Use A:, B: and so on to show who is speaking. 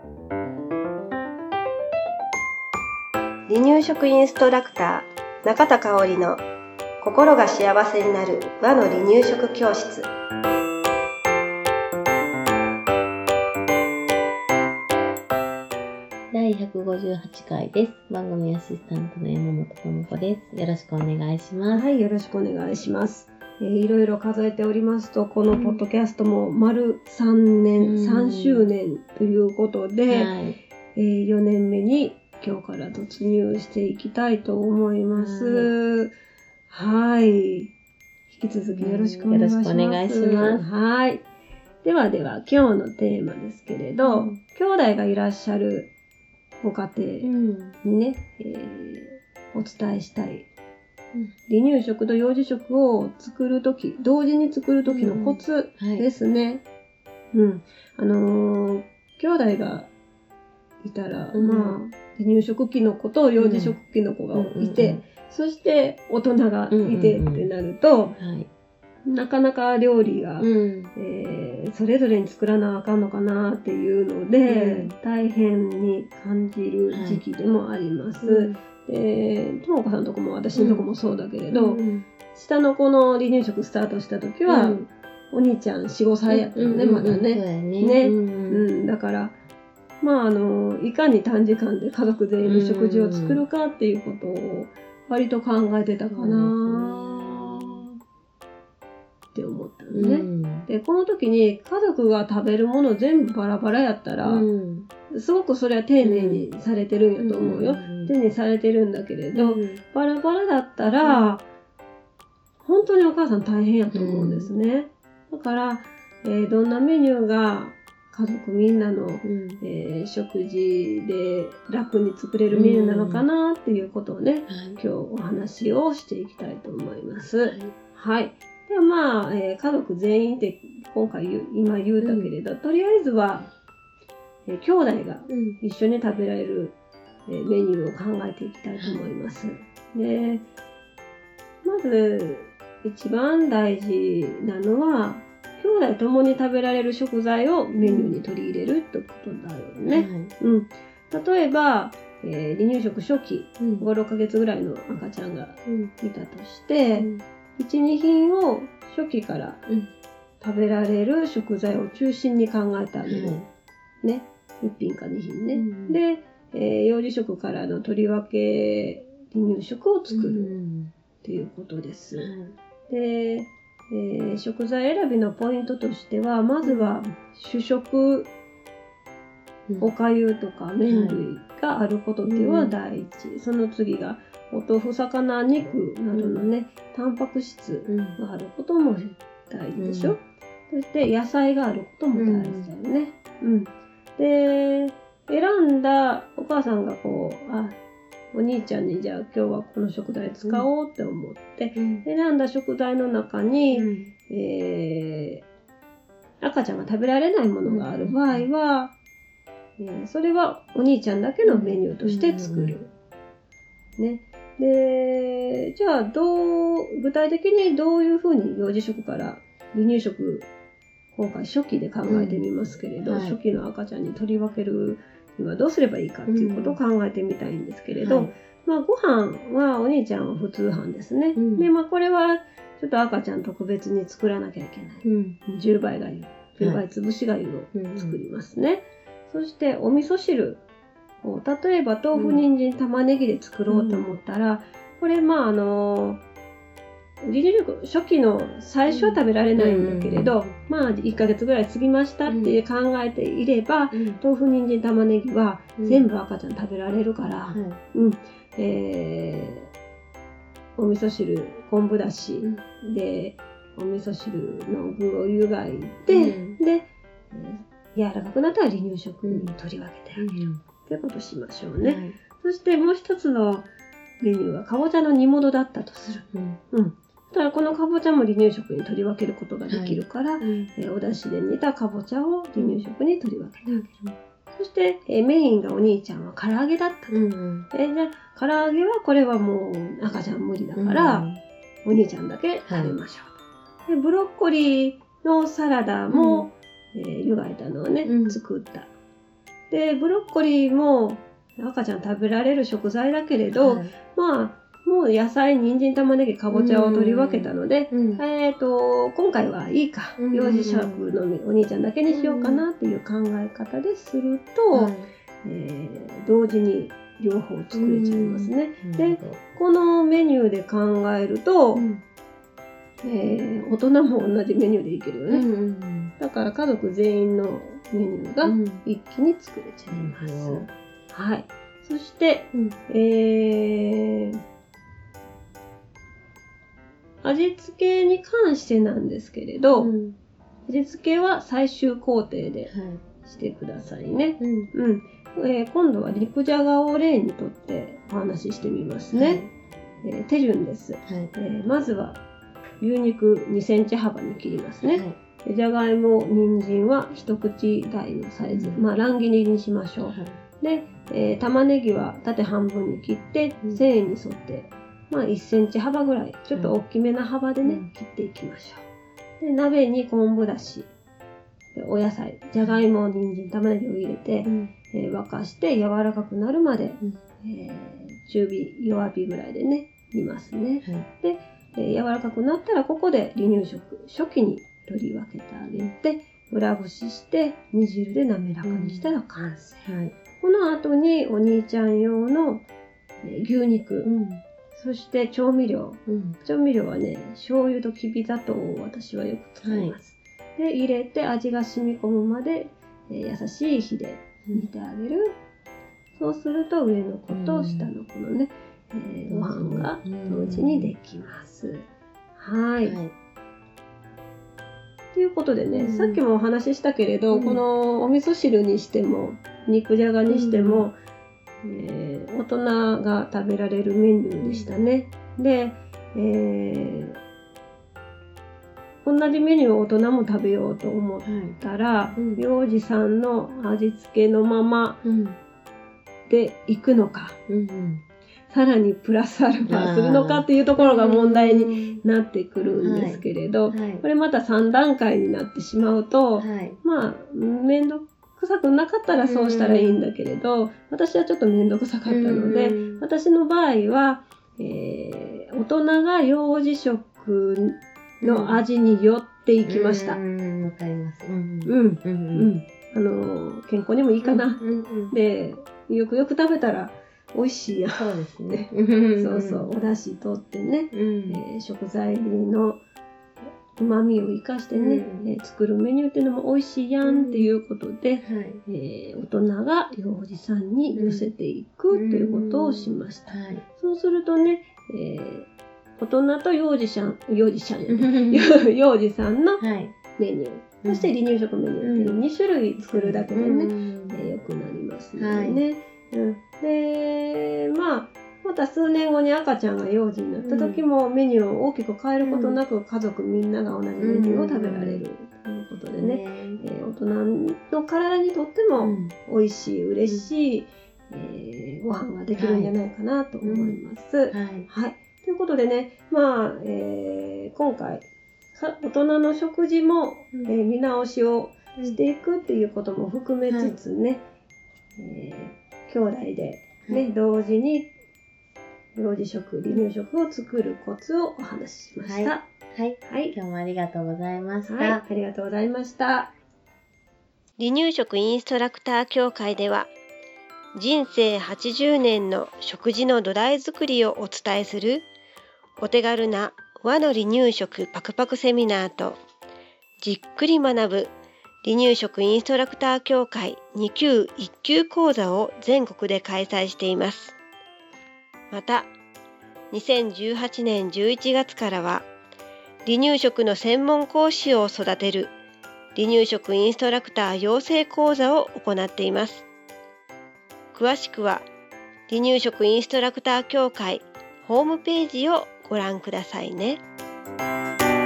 A: 離乳食インストラクター中田香織の心が幸せになる和の離乳食教室。
B: 第158回です。番組アシスタントの山本智子です。よろしくお願いします。
A: はい、よろしくお願いします。いろいろ数えておりますと、このポッドキャストも丸3年、3周年ということで、4年目に今日から突入していきたいと思います。はい。引き続きよろしくお願いします。
B: よろしくお願いします。
A: はい。では今日のテーマですけれど、兄弟がいらっしゃるご家庭にね、お伝えしたい。離乳食と幼児食を作るとき、同時に作るときのコツですね。兄弟がいたら、離乳食期の子と幼児食期の子がいて、そして大人がいてってなると、なかなか料理が、それぞれに作らなあかんのかなっていうので、大変に感じる時期でもあります。ともこさんとこも私のとこもそうだけれど、下の子の離乳食スタートした時は、お兄ちゃん4、5歳やったのね、まだね。だから、いかに短時間で家族全員の食事を作るかっていうことを割と考えてたかなって思ったのね。で、この時に家族が食べるもの全部バラバラやったら、すごくそれは丁寧にされてるんやと思うよ。丁寧にされてるんだけれど、バラバラだったら、本当にお母さん大変やと思うんですね。だから、どんなメニューが家族みんなの、食事で楽に作れるメニューなのかなっていうことをね、今日お話をしていきたいと思います。はい。で家族全員って今言うたけれど、とりあえずは、兄弟が一緒に食べられる、メニューを考えていきたいと思います。で、まず一番大事なのは、兄弟ともに食べられる食材をメニューに取り入れるってことだよね。例えば、離乳食初期、5、6ヶ月ぐらいの赤ちゃんがいたとして、1、2品を初期から食べられる食材を中心に考えてあげる。ね。1品か2品ね。で、幼児食からの取り分け離乳食を作るっていうことです。で、食材選びのポイントとしては、まずは主食、おかゆとか麺類があることっていうのは第一。その次がお豆腐、魚、肉などのね、タンパク質があることも大事でしょ。そして野菜があることも大事だよね。で、選んだお母さんがお兄ちゃんにじゃあ今日はこの食材使おうって思って、選んだ食材の中に、赤ちゃんが食べられないものがある場合は、それはお兄ちゃんだけのメニューとして作る。ね。で、じゃあ具体的にどういうふうに幼児食から離乳食、今回初期で考えてみますけれど、初期の赤ちゃんに取り分けるにはどうすればいいかっていうことを考えてみたいんですけれど、ご飯はお兄ちゃんは普通飯ですね。で、これはちょっと赤ちゃん特別に作らなきゃいけない。10倍がゆ、10倍潰しがゆを作りますね。そしてお味噌汁を、例えば豆腐、人参、玉ねぎで作ろうと思ったら、これ離乳食初期の最初は食べられないんだけれど、1ヶ月ぐらい過ぎましたって考えていれば、豆腐、人参、玉ねぎは全部赤ちゃん食べられるから、お味噌汁、昆布だしで、お味噌汁の具を湯がいて、で、柔らかくなったら離乳食に取り分けてあげるってことをしましょうね。そしてもう一つのメニューはかぼちゃの煮物だったとする。だからこのかぼちゃも離乳食に取り分けることができるから、お出汁で煮たかぼちゃを離乳食に取り分けてあげる。そして、メインがお兄ちゃんは唐揚げだったと。で唐揚げはこれはもう赤ちゃん無理だから、お兄ちゃんだけ食べましょう。でブロッコリーのサラダも、湯がいたのをね、作った。 でブロッコリーも赤ちゃん食べられる食材だけれど、
B: はい、
A: まあもう野菜、人参、玉ねぎ、かぼちゃを取り分けたので、今回はいいか、幼児食のお兄ちゃんだけにしようかなっていう考え方ですると、同時に両方作れちゃいますね。で、このメニューで考えると、大人も同じメニューでいけるよね。だから家族全員のメニューが一気に作れちゃいます。はい。そして、味付けに関してなんですけれど、味付けは最終工程でしてくださいね。今度は肉じゃがを例にとってお話ししてみますね。手順です。まずは牛肉2センチ幅に切りますね。じゃがいも、人参は一口大のサイズ、乱切りにしましょう。で、玉ねぎは縦半分に切って繊維に沿って1センチ幅ぐらい、ちょっと大きめな幅でね、切っていきましょう。で、鍋に昆布だし、お野菜、じゃがいも、人参、玉ねぎを入れて、沸かして柔らかくなるまで、中火、弱火ぐらいでね、煮ますね。で、柔らかくなったらここで離乳食、初期に取り分けてあげて、裏ごしして煮汁で滑らかにしたら完成。この後にお兄ちゃん用の牛肉、そして調味料。調味料はね、醤油ときび砂糖を私はよく使います。で、入れて味が染み込むまで、優しい火で煮てあげる。そうすると上の子と下の子のね、ご飯が同時にできます。はい。ということでね、さっきもお話ししたけれど、このお味噌汁にしても、肉じゃがにしても、大人が食べられるメニューでしたね。で、同じメニューを大人も食べようと思ったら、幼児さんの味付けのままでいくのか、さらにプラスアルファするのかっていうところが問題になってくるんですけれど、これまた3段階になってしまうと、めんどくさくなかったらそうしたらいいんだけれど、私はちょっとめんどくさかったので、私の場合は、大人が幼児食の味に寄っていきました。
B: わかります。
A: 健康にもいいかな。で、よくよく食べたら美味しいやん。
B: そうですね。
A: そうそう、お出汁取ってね、食材の旨味を生かしてね、作るメニューっていうのも美味しいやんっていうことで、大人が幼児さんに寄せていくということをしました。そうするとね、大人と幼児さんのメニュー、そして離乳食メニューっていう2種類作るだけでね、良くなりますのでね。で、また数年後に赤ちゃんが幼児になった時もメニューを大きく変えることなく家族みんなが同じメニューを食べられるということでね、大人の体にとっても美味しい、嬉しい、ご飯ができるんじゃないかなと思います。ということでね、今回大人の食事も、見直しをしていくっていうことも含めつつね、兄弟で、同時に幼児食、離乳食を作るコツをお話ししました。
B: 今日もありがとうございました。
A: ありがとうございました。
C: 離乳食インストラクター協会では、人生80年の食事の土台作りをお伝えするお手軽な和の離乳食パクパクセミナーと、じっくり学ぶ離乳食インストラクター協会2級1級講座を全国で開催しています。また、2018年11月からは、離乳食の専門講師を育てる離乳食インストラクター養成講座を行っています。詳しくは、離乳食インストラクター協会ホームページをご覧くださいね。